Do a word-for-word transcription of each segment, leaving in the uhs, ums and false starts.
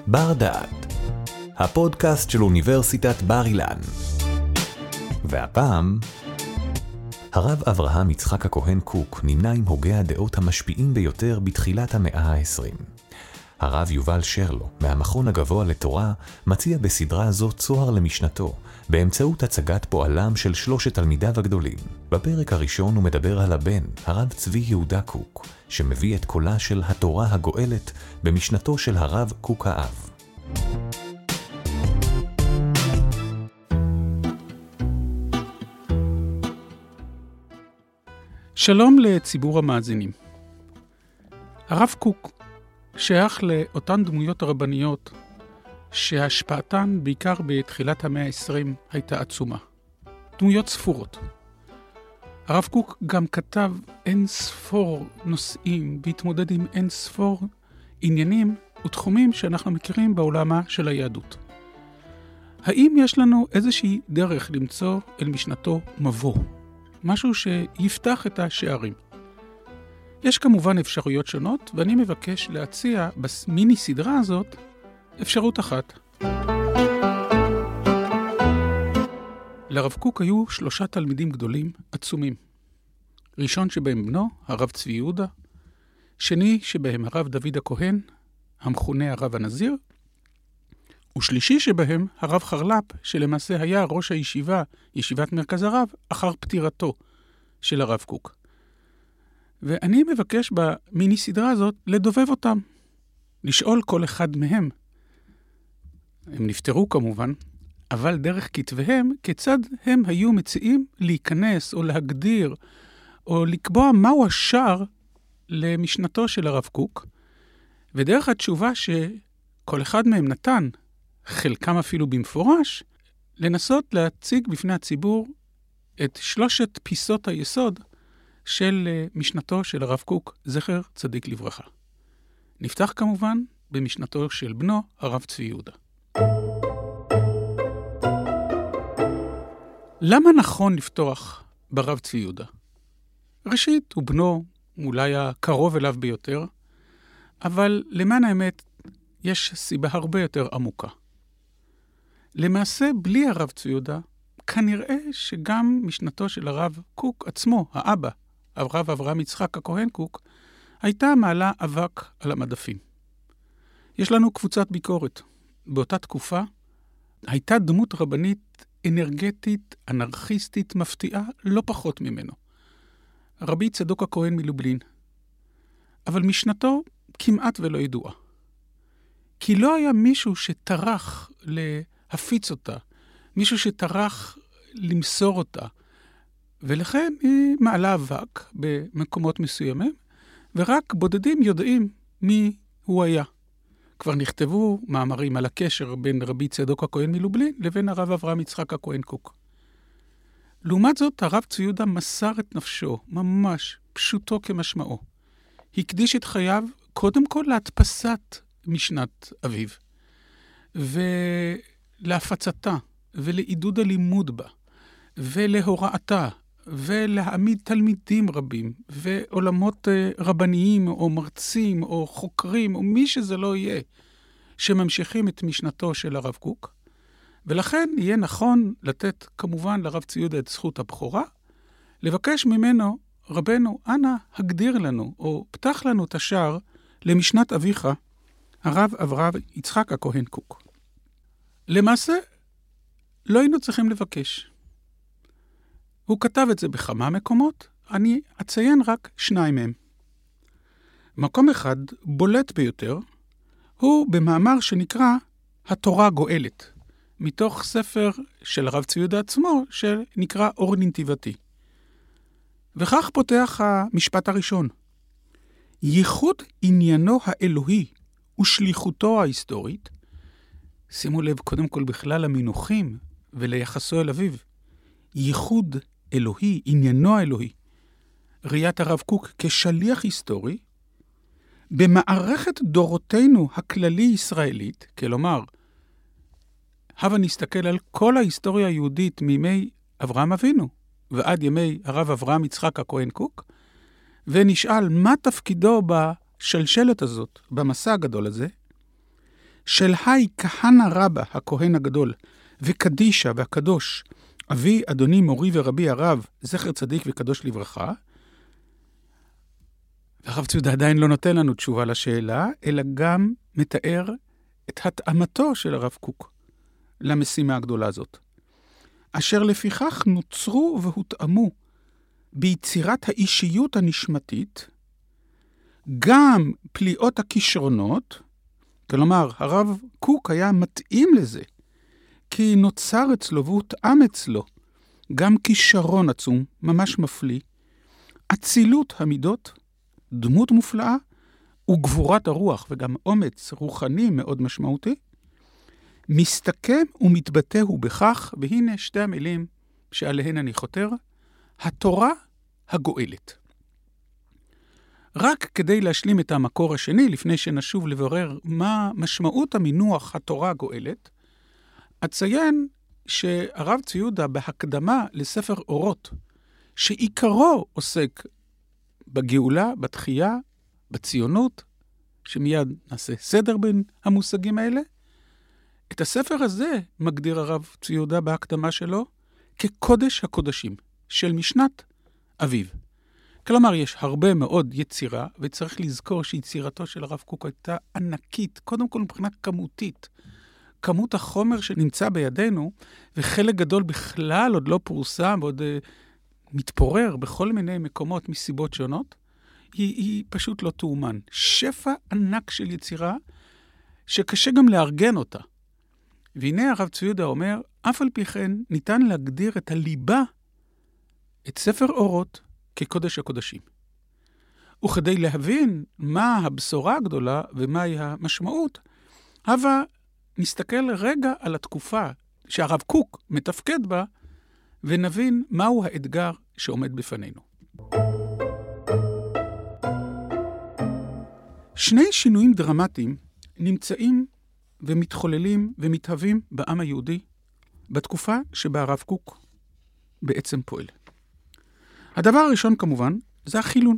בר דעת, הפודקאסט של אוניברסיטת בר אילן. והפעם, הרב אברהם יצחק הכהן קוק נמנה עם הוגי הדעות המשפיעים ביותר בתחילת המאה העשרים. הרב יובל שרלו, מהמכון הגבוה לתורה, מציע בסדרה זו צוהר למשנתו, באמצעות הצגת פועלם של שלושת תלמידיו הגדולים. בפרק הראשון הוא מדבר על הבן, הרב צבי יהודה קוק, שמביא את קולה של התורה הגואלת במשנתו של הרב קוק האב. שלום לציבור המאזינים. הרב קוק שייך לאותן דמויות הרבניות שהשפעתן בעיקר בתחילת המאה העשרים הייתה עצומה. דמויות ספורות. הרב קוק גם כתב אין ספור נושאים והתמודד עם אין ספור עניינים ותחומים שאנחנו מכירים בעולמה של היהדות. האם יש לנו איזושהי דרך למצוא אל משנתו מבוא? משהו שיפתח את השערים. יש כמובן אפשרויות שונות, ואני מבקש להציע במיני סדרה הזאת אפשרות אחת. לרב קוק היו שלושה תלמידים גדולים עצומים. ראשון שבהם בנו, הרב צבי יהודה, שני שבהם הרב דוד הכהן, המכונה הרב הנזיר, ושלישי שבהם הרב חרל"פ, שלמעשה היה ראש הישיבה, ישיבת מרכז הרב, אחר פטירתו של הרב קוק. ואני מבקש במיני סדרה הזאת לדובב אותם, לשאול כל אחד מהם. הם נפטרו כמובן, אבל דרך כתביהם, כיצד הם היו מציעים להיכנס או להגדיר או לקבוע מהו השער למשנתו של הרב קוק, ודרך התשובה שכל אחד מהם נתן, חלקם אפילו במפורש, לנסות להציג בפני הציבור את שלושת פיסות היסוד של משנתו של הרב קוק, זכר צדיק לברכה. נפתח כמובן במשנתו של בנו, הרב צבי יהודה. למה נכון לפתוח ברב צבי יהודה? ראשית, הוא בנו, אולי הקרוב אליו ביותר, אבל למען האמת, יש סיבה הרבה יותר עמוקה. למעשה, בלי הרב צבי יהודה, כנראה שגם משנתו של הרב קוק עצמו, האבא, הרב אברהם יצחק הכהן קוק, הייתה מעלה אבק על המדפים. יש לנו קבוצת ביקורת. באותה תקופה הייתה דמות רבנית אנרגטית, אנרכיסטית, מפתיעה, לא פחות ממנו. רבי צדוק הכהן מלובלין. אבל משנתו כמעט ולא ידועה. כי לא היה מישהו שטרח להפיץ אותה, מישהו שטרח למסור אותה, ולכן היא מעלה אבק במקומות מסוימים, ורק בודדים יודעים מי הוא היה. כבר נכתבו מאמרים על הקשר בין רבי צדוק הכהן מלובלין לבין הרב אברהם יצחק הכהן קוק. לעומת זאת, הרב צבי יהודה מסר את נפשו, ממש פשוטו כמשמעו. הקדיש את חייו קודם כל להדפסת משנת אביו, ולהפצתה, ולעידוד הלימוד בה, ולהוראתה, ולהעמיד תלמידים רבים, ועולמות רבניים, או מרצים, או חוקרים, או מי שזה לא יהיה, שממשיכים את משנתו של הרב קוק. ולכן יהיה נכון לתת כמובן לרב צבי יהודה את זכות הבכורה, לבקש ממנו, רבנו, אנא הגדיר לנו, או פתח לנו את השער למשנת אביך, הרב אברהם יצחק הכהן קוק. למעשה, לא היינו צריכים לבקש. הוא כתב את זה בכמה מקומות, אני אציין רק שניים מהם. מקום אחד, בולט ביותר, הוא במאמר שנקרא התורה גואלת, מתוך ספר של הרב צבי יהודה עצמו, שנקרא אור נתיבתי. וכך פותח המשפט הראשון. ייחוד עניינו האלוהי ושליחותו ההיסטורית, שימו לב קודם כל בכלל המינוחים וליחסו אל אביו, ייחוד אלוהי, עניינו האלוהי, ראיית הרב קוק כשליח היסטורי, במערכת דורותינו הכללי ישראלית, כלומר, הבה נסתכל על כל ההיסטוריה היהודית מימי אברהם אבינו, ועד ימי הרב אברהם יצחק הכהן קוק, ונשאל מה תפקידו בשלשלת הזאת, במסע הגדול הזה, של היי כהנא רבא, הכהן הגדול, וקדישה והקדוש, אבי, אדוני, מורי ורבי הרב, זכר צדיק וקדוש לברכה, והרב ציודה עדיין לא נותן לנו תשובה לשאלה, אלא גם מתאר את התאמתו של הרב קוק למשימה הגדולה הזאת. אשר לפיכך נוצרו והותאמו ביצירת האישיות הנשמתית, גם פליאות הכישרונות, כלומר, הרב קוק היה מתאים לזה, כי נוצר אצלו והותאם אצלו גם כישרון עצום, ממש מפליא, אצילות המידות, דמות מופלאה, וגבורת הרוח וגם אומץ רוחני מאוד משמעותי, מסתכם ומתבטא הוא בכך, והנה שתי המילים שעליהן אני חותר, התורה הגואלת. רק כדי להשלים את המקור השני, לפני שנשוב לברר מה משמעות המינוח התורה הגואלת, אציין שהרב ציודה בהקדמה לספר אורות, שעיקרו עוסק בגאולה, בתחייה, בציונות, שמיד נעשה סדר בין המושגים האלה, את הספר הזה מגדיר הרב ציודה בהקדמה שלו כקודש הקודשים של משנת אביב. כלומר, יש הרבה מאוד יצירה, וצריך לזכור שיצירתו של הרב קוק הייתה ענקית, קודם כל מבחינת כמותית. כמות החומר שנמצא בידינו, וחלק גדול בכלל עוד לא פורסם, עוד uh, מתפורר בכל מיני מקומות מסיבות שונות, היא, היא פשוט לא תאומן. שפע ענק של יצירה, שקשה גם לארגן אותה. והנה הרב ציודה אומר, אף על פי כן ניתן להגדיר את הליבה, את ספר אורות, כקודש הקודשים. וכדי להבין מה הבשורה הגדולה ומהי המשמעות, הווה נסתכל רגע על התקופה שהרב קוק מתפקד בה, ונבין מהו האתגר שעומד בפנינו. שני שינויים דרמטיים נמצאים ומתחוללים ומתהווים בעם היהודי בתקופה שבה הרב קוק בעצם פועל. הדבר הראשון כמובן זה החילון.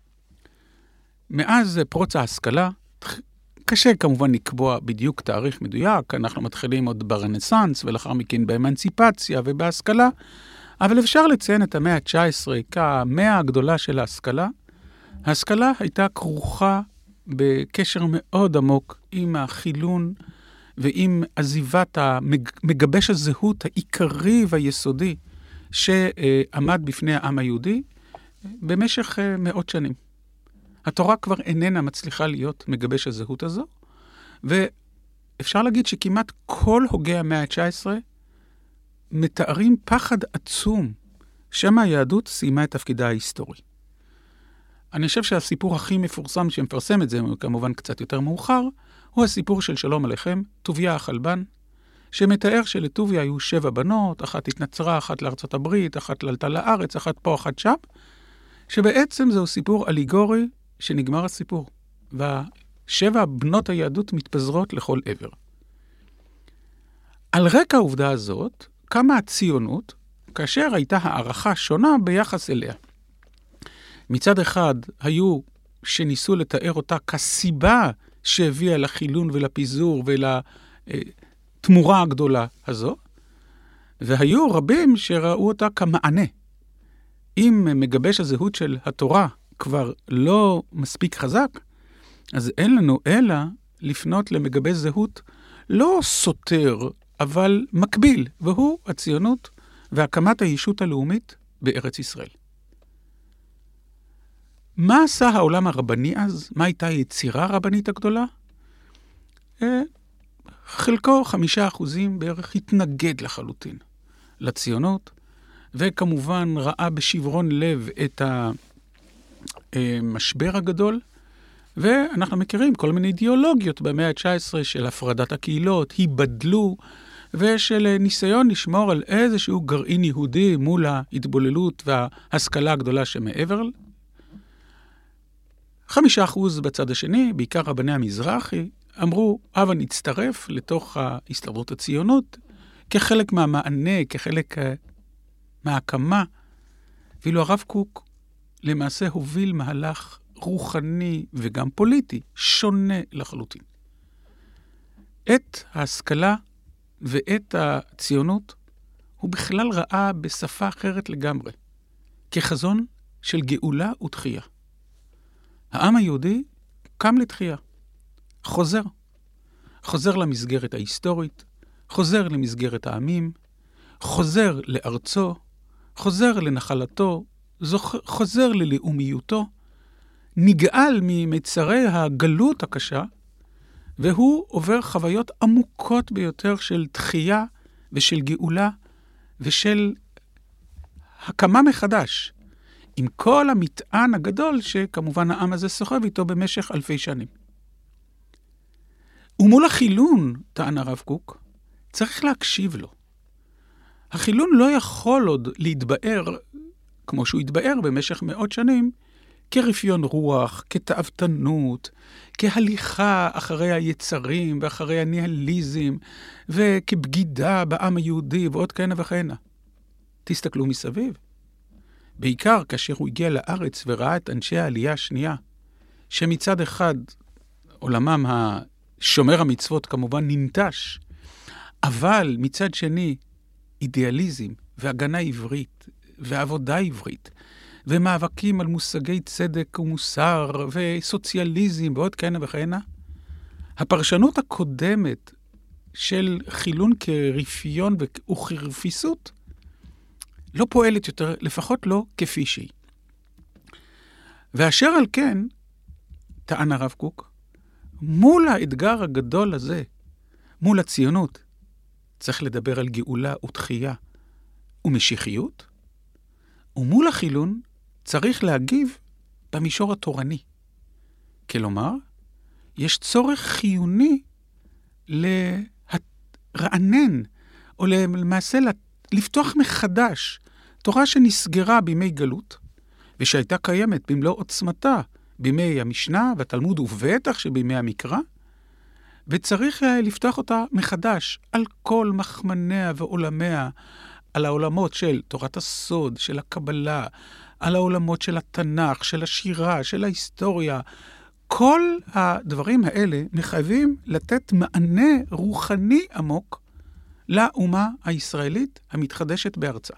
מאז פרוץ ההשכלה, קשה כמובן לקבוע בדיוק תאריך מדויק, אנחנו מתחילים עוד ברנסנס ולאחר מכן באמנציפציה ובהשכלה, אבל אפשר לציין את המאה ה-תשע עשרה כמאה הגדולה של ההשכלה. ההשכלה הייתה כרוכה בקשר מאוד עמוק עם החילון ועם עזיבת המגבש הזהות העיקרי והיסודי שעמד בפני העם היהודי במשך מאות שנים. התורה כבר איננה מצליחה להיות מגבש הזהות הזו, ואפשר להגיד שכמעט כל הוגי המאה ה-תשע עשרה מתארים פחד עצום שמא היהדות סיימה את תפקידה ההיסטורי. אני חושב שהסיפור הכי מפורסם שמפרסם את זה, כמובן קצת יותר מאוחר, הוא הסיפור של שלום עליכם, טוביה החלבן, שמתאר שלטוביה היו שבע בנות, אחת התנצרה, אחת לארצות הברית, אחת לעלתה לארץ, אחת פה, אחת שם, שבעצם זהו סיפור אליגורי שנגמר הסיפור, והשבע בנות היהדות מתפזרות לכל עבר. על רקע העובדה הזאת, קמה הציונות, כאשר הייתה הערכה שונה ביחס אליה. מצד אחד, היו שניסו לתאר אותה כסיבה שהביאה לחילון ולפיזור ולתמורה הגדולה הזו, והיו רבים שראו אותה כמענה. אם מגבש הזהות של התורה כבר לא מספיק חזק, אז אין לנו אלא לפנות למגבש זהות לא סותר, אבל מקביל, והוא הציונות והקמת הישות הלאומית בארץ ישראל. מה עשה העולם הרבני אז? מה הייתה היצירה הרבנית הגדולה? חלקו חמישה אחוזים בערך התנגד לחלוטין לציונות, וכמובן ראה בשברון לב את המשבר הגדול, ואנחנו מכירים כל מיני אידיאולוגיות במאה ה-תשע עשרה של הפרדת הקהילות, היבדלו, ושל ניסיון לשמור על איזשהו גרעין יהודי מול ההתבוללות וההשכלה הגדולה שמעבר. חמישה אחוז בצד השני, בעיקר רבני המזרחי, אמרו, הבה נצטרף לתוך ההסתדרות הציונות, כחלק מהמענה, כחלק מההקמה. ואילו הרב קוק למעשה הוביל מהלך רוחני וגם פוליטי, שונה לחלוטין. את ההשכלה ואת הציונות הוא בכלל ראה בשפה אחרת לגמרי, כחזון של גאולה ותחייה. העם היהודי קם לתחייה, חוזר. חוזר למסגרת ההיסטורית, חוזר למסגרת העמים, חוזר לארצו, חוזר לנחלתו, חוזר ללאומיותו, נגאל ממצרי הגלות הקשה, והוא עובר חוויות עמוקות ביותר של תחייה ושל גאולה ושל הקמה מחדש, עם כל המטען הגדול שכמובן העם הזה סוחב איתו במשך אלפי שנים. ומול החילון, טען הרב קוק, צריך להקשיב לו. החילון לא יכול עוד להתבאר, כמו שהוא התבאר במשך מאות שנים, כרפיון רוח, כתאוותנות, כהליכה אחרי היצרים ואחרי הניהליזם, וכבגידה בעם היהודי ועוד כהנה וכהנה. תסתכלו מסביב. בעיקר כאשר הוא הגיע לארץ וראה את אנשי העלייה השנייה, שמצד אחד עולמם השומר המצוות כמובן ננטש, אבל מצד שני אידיאליזם והגנה עברית ועבודה עברית, ומאבקים על מושגי צדק ומוסר וסוציאליזם ועוד כהנה וכהנה. הפרשנות הקודמת של חילון כרפיון וכרפיסות לא פועלת יותר, לפחות לא כפי שהיא. ואשר על כן, טען הרב קוק, מול האתגר הגדול הזה, מול הציונות, צריך לדבר על גאולה ותחייה ומשיחיות, ומול החילון צריך להגיב במישור התורני. כלומר, יש צורך חיוני לרענן, או למעשה לפתוח מחדש, תורה שנסגרה בימי גלות, ושהייתה קיימת במלוא עוצמתה בימי המשנה והתלמוד ובטח שבימי המקרא, וצריך לפתוח אותה מחדש על כל מחמניה ועולמיה, על העולמות של תורת הסוד, של הקבלה, על העולמות של התנ"ך, של השירה, של ההיסטוריה. כל הדברים האלה מחייבים לתת מענה רוחני עמוק לאומה הישראלית המתחדשת בארצה.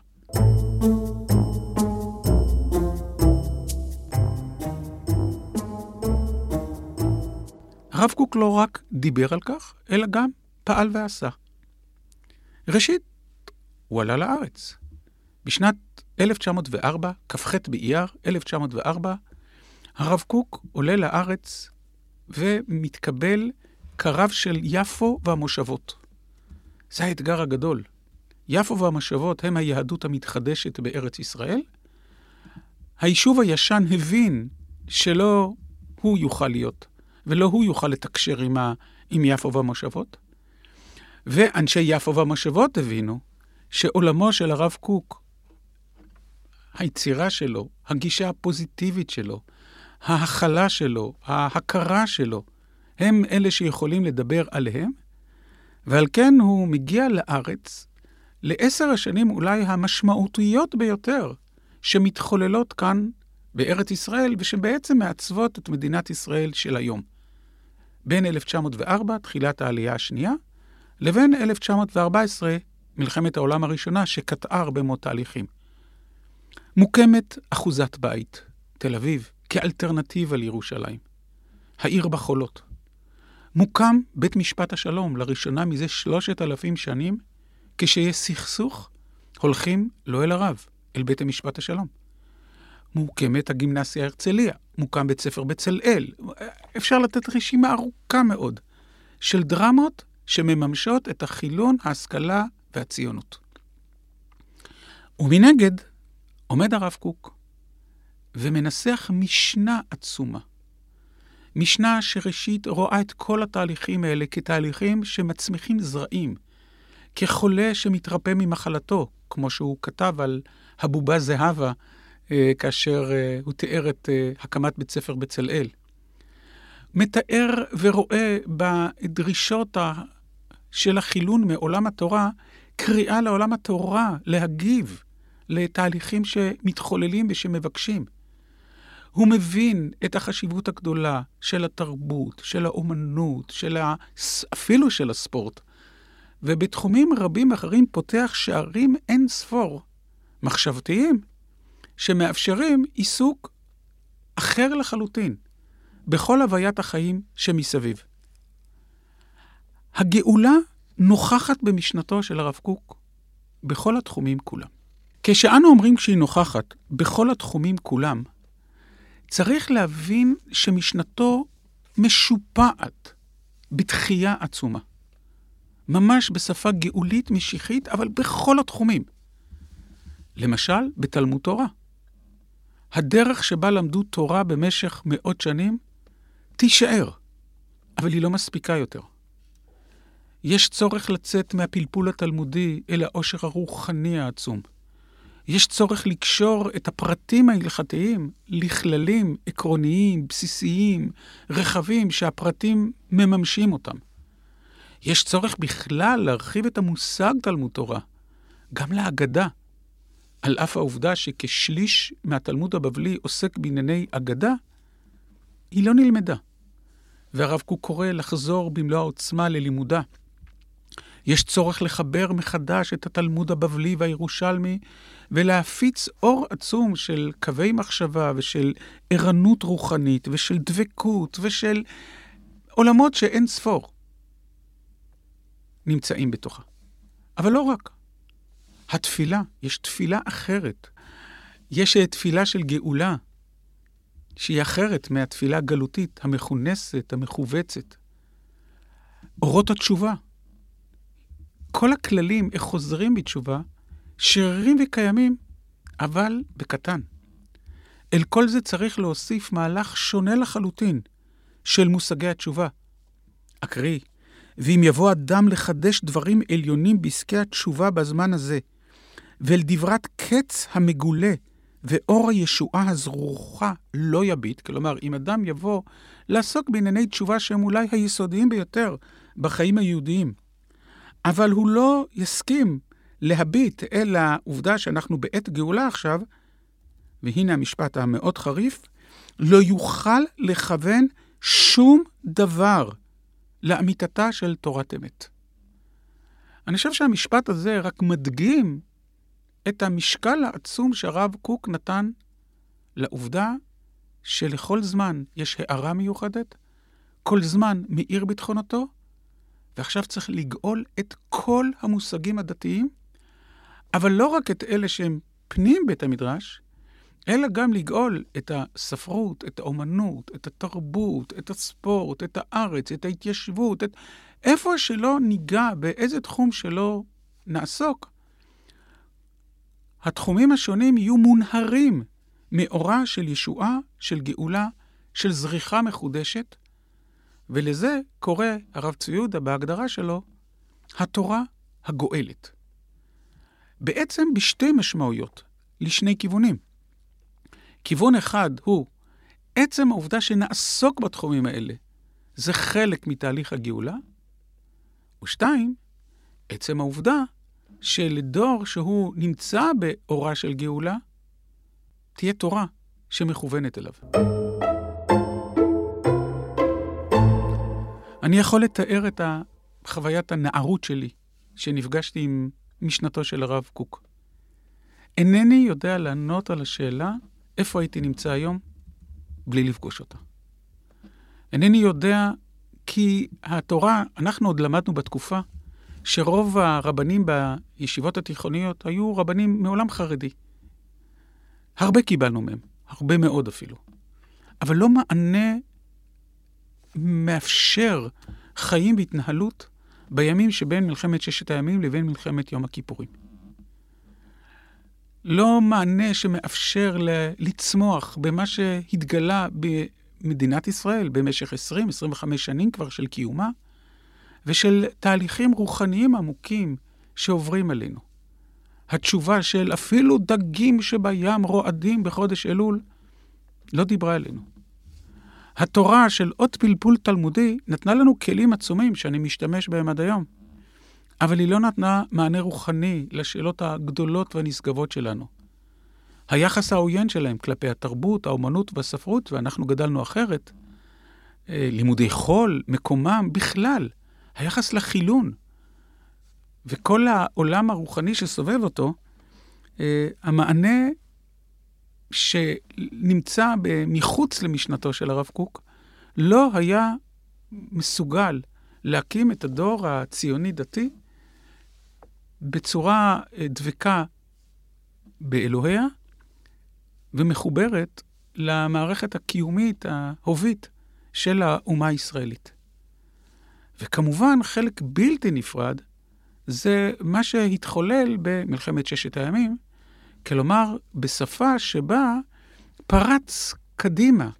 הרב קוק לא רק דיבר על כך, אלא גם פעל ועשה. ראשית, הוא עלה לארץ. בשנת אלף תשע מאות וארבע, כ"ח באייר אלף תשע מאות וארבע, הרב קוק עולה לארץ ומתקבל כרב של יפו והמושבות. זה האתגר הגדול. יפו והמושבות הם היהדות המתחדשת בארץ ישראל. היישוב הישן הבין שלא הוא יוכל להיות, ולא הוא יוכל לתקשר עם, ה... עם יפו והמושבות. ואנשי יפו והמושבות הבינו שעולמו של הרב קוק, היצירה שלו, הגישה הפוזיטיבית שלו, ההכלה שלו, ההכרה שלו, הם אלה שיכולים לדבר עליהם, ועל כן הוא מגיע לארץ לעשר השנים אולי המשמעותיות ביותר שמתחוללות כאן בארץ ישראל, ושבעצם מעצבות את מדינת ישראל של היום. בין אלף תשע מאות וארבע, תחילת העלייה השנייה, לבין אלף תשע מאות וארבע עשרה, מלחמת העולם הראשונה, שקטעה הרבה מאוד תהליכים. מוקמת אחוזת בית, תל אביב, כאלטרנטיבה לירושלים. העיר בחולות. מוקם בית משפט השלום, לראשונה מזה שלושת אלפים שנים, כשיש סכסוך, הולכים לא אל הרב, אל בית המשפט השלום. מוקמת הגימנסיה הרצליה, מוקם בית ספר בצלאל. אפשר לתת רשימה ארוכה מאוד של דרמות שמממשות את החילון, ההשכלה והציונות. ומנגד עומד הרב קוק ומנסח משנה עצומה. משנה שראשית רואה את כל התהליכים האלה כתהליכים שמצמיחים זרעים, כחולה שמתרפא ממחלתו, כמו שהוא כתב על הבובה זהבה, כאשר הוא תיאר את הקמת בית ספר בצלאל. מתאר ורואה בדרישות של החילון מעולם התורה, קריאה לעולם התורה להגיב לתהליכים שמתחוללים ושמבקשים. הוא מבין את החשיבות הגדולה של התרבות, של האומנות, של ה... אפילו של הספורט. ובתחומים רבים אחרים פותח שערים אין ספור, מחשבתיים, שמאפשרים עיסוק אחר לחלוטין, בכל הוויית החיים שמסביב. הגאולה נוכחת במשנתו של הרב קוק בכל התחומים כולם. כשאנו אומרים שהיא נוכחת בכל התחומים כולם, צריך להבין שמשנתו משופעת בתחייה עצומה. ממש בשפה גאולית משיחית, אבל בכל התחומים. למשל, בתלמוד תורה. הדרך שבה למדו תורה במשך מאות שנים תישאר, אבל היא לא מספיקה יותר. יש צורך לצאת מהפלפול התלמודי אל העושר הרוחני העצום. יש צורך לקשור את הפרטים ההלכתיים לכללים עקרוניים, בסיסיים, רחבים, שהפרטים מממשים אותם. יש צורך בכלל להרחיב את המושג תלמוד תורה, גם להגדה, על אף העובדה שכשליש מהתלמוד הבבלי עוסק בענייני אגדה, היא לא נלמדה. והרב קוק קורא לחזור במלוא העוצמה ללימודה. יש צורך לחבר מחדש את התלמוד הבבלי והירושלמי, ולהפיץ אור עצום של קווי מחשבה ושל ערנות רוחנית ושל דבקות ושל עולמות שאין ספור נמצאים בתוכה. אבל לא רק. התפילה, יש תפילה אחרת. יש תפילה של גאולה, שהיא אחרת מהתפילה הגלותית, המכונסת, המכווצת. אורות התשובה. כל הכללים, איך חוזרים בתשובה, שרירים וקיימים, אבל בקטן. אל כל זה צריך להוסיף מהלך שונה לחלוטין של מושגי התשובה. אקריא, ואם יבוא אדם לחדש דברים עליונים בעסקי התשובה בזמן הזה, ואל דברת קץ המגולה ואור הישועה הזרוחה לא יביט, כלומר, אם אדם יבוא לעסוק בענייני תשובה שהם אולי היסודיים ביותר בחיים היהודיים, אבל הוא לא יסכים להביט אל העובדה שאנחנו בעת גאולה עכשיו, והנה המשפט המאוד חריף, לא יוכל לכוון שום דבר לאמיתתה של תורת אמת. אני חושב שהמשפט הזה רק מדגים את המשקל העצום שהרב קוק נתן לעובדה שלכל זמן יש הערה מיוחדת, כל זמן מאיר בתכונתו, ועכשיו צריך לגאול את כל המושגים הדתיים, אבל לא רק את אלה שהם פנים בית המדרש, אלא גם לגאול את הספרות, את האומנות, את התרבות, את הספורט, את הארץ, את ההתיישבות, את... איפה שלא ניגע, באיזה תחום שלא נעסוק, התחומים השונים יהיו מונהרים מאורה של ישועה, של גאולה, של זריחה מחודשת, ולזה קורא הרב צבי יהודה בהגדרה שלו, התורה הגואלת. בעצם בשתי משמעויות, לשני כיוונים. כיוון אחד הוא עצם העובדה שנעסוק בתחומים האלה, זה חלק מתהליך הגאולה, ושתיים, עצם העובדה שלדור שהוא נמצא באורה של גאולה, תהיה תורה שמכוונת אליו. אני יכול לתאר את חוויית הנערות שלי, שנפגשתי עם משנתו של הרב קוק. אינני יודע לענות על השאלה איפה הייתי נמצא היום, בלי לפגוש אותה. אינני יודע כי התורה, אנחנו עוד למדנו בתקופה, שרוב הרבנים בישיבות התיכוניות היו רבנים מעולם חרדי. הרבה קיבלנו מהם, הרבה מאוד אפילו. אבל לא מענה מאפשר חיים והתנהלות בימים שבין מלחמת ששת הימים לבין מלחמת יום הכיפורים. לא מענה שמאפשר לצמוח במה שהתגלה במדינת ישראל במשך עשרים עשרים וחמש שנים כבר של קיומה, ושל תהליכים רוחניים עמוקים שעוברים עלינו. התשובה של אפילו דגים שבים רועדים בחודש אלול לא דיברה עלינו. התורה של עוד פלפול תלמודי נתנה לנו כלים עצומים שאני משתמש בהם עד היום, אבל היא לא נתנה מענה רוחני לשאלות הגדולות והנשגבות שלנו. היחס העוין שלהם כלפי התרבות, האומנות והספרות, ואנחנו גדלנו אחרת, לימודי חול, מקומם, בכלל, היחס לחילון, וכל העולם הרוחני שסובב אותו, המענה שנמצא מחוץ למשנתו של הרב קוק, לא היה מסוגל להקים את הדור הציוני דתי בצורה דבקה באלוהיה, ומחוברת למערכת הקיומית, ההובית, של האומה הישראלית. וכמובן, חלק בלתי נפרד, זה מה שהתחולל במלחמת ששת הימים, כלומר, בשפה שבה פרץ קדימה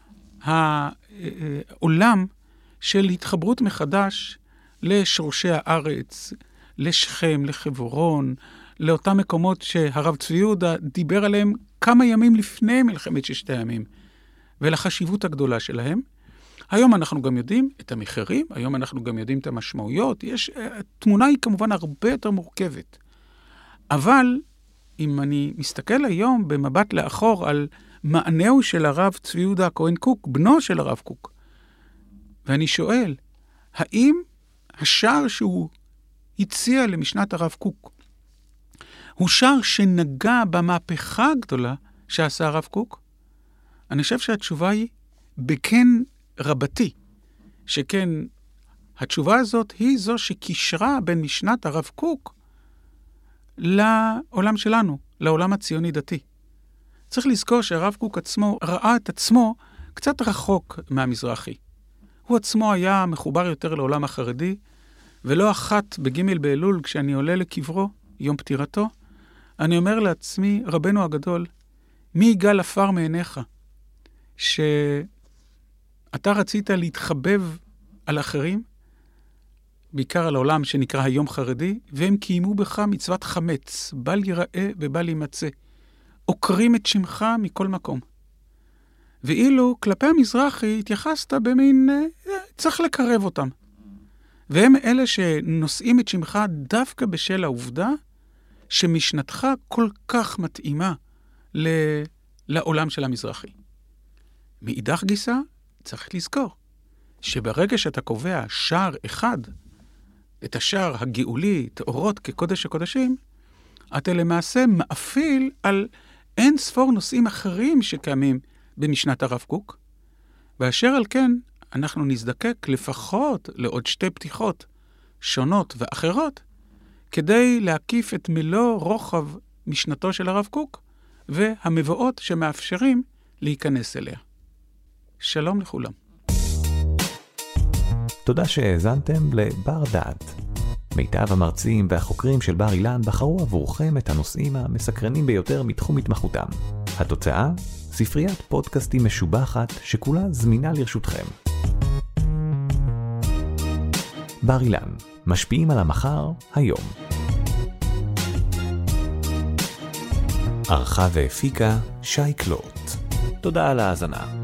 העולם של התחברות מחדש לשורשי הארץ, לשכם, לחברון, לאותם מקומות שהרב צבי יהודה דיבר עליהם כמה ימים לפני מלחמת ששת הימים, ולחשיבות הגדולה שלהם. היום אנחנו גם יודעים את המחירים, היום אנחנו גם יודעים את המשמעויות, יש, התמונה היא כמובן הרבה יותר מורכבת. אבל אם אני מסתכל היום במבט לאחור על מענהו של הרב צבי יהודה הכהן קוק, בנו של הרב קוק, ואני שואל, האם השער שהוא הציע למשנת הרב קוק, הוא שער שנגע במהפכה הגדולה שעשה הרב קוק? אני חושב שהתשובה היא בכן רבתי, שכן התשובה הזאת היא זו שקישרה בין משנת הרב קוק לעולם שלנו, לעולם הציוני דתי. צריך לזכור שהרב קוק עצמו ראה את עצמו קצת רחוק מהמזרחי. הוא עצמו היה מחובר יותר לעולם החרדי, ולא אחת בג' באלול כשאני עולה לקברו, יום פטירתו, אני אומר לעצמי, רבנו הגדול, מי יגאל עפר מעיניך, שאתה רצית להתחבב על אחרים, בעיקר על העולם שנקרא היום חרדי, והם קיימו בך מצוות חמץ, בל ייראה ובל יימצא, עוקרים את שמך מכל מקום. ואילו כלפי המזרחי התייחסת במין, צריך לקרב אותם. והם אלה שנושאים את שמך דווקא בשל העובדה, שמשנתך כל כך מתאימה ל- לעולם של המזרחי. מאידך גיסה, צריך לזכור, שברגע שאתה קובע שער אחד, את השער הגאולי, תאורות כקודש הקודשים, אתה למעשה מאפיל על אין ספור נושאים אחרים שקיימים במשנת הרב קוק, ואשר על כן אנחנו נזדקק לפחות לעוד שתי פתיחות שונות ואחרות, כדי להקיף את מלוא רוחב משנתו של הרב קוק, והמבואות שמאפשרים להיכנס אליה. שלום לכולם. תודה שהאזנתם לבר דעת. מיטב המרצים והחוקרים של בר אילן בחרו עבורכם את הנושאים המסקרנים ביותר מתחום התמחותם. התוצאה? ספריית פודקאסטים משובחת שכולה זמינה לרשותכם. בר אילן, משפיעים על המחר היום. ערכה והפיקה שי קלוט. תודה על ההאזנה.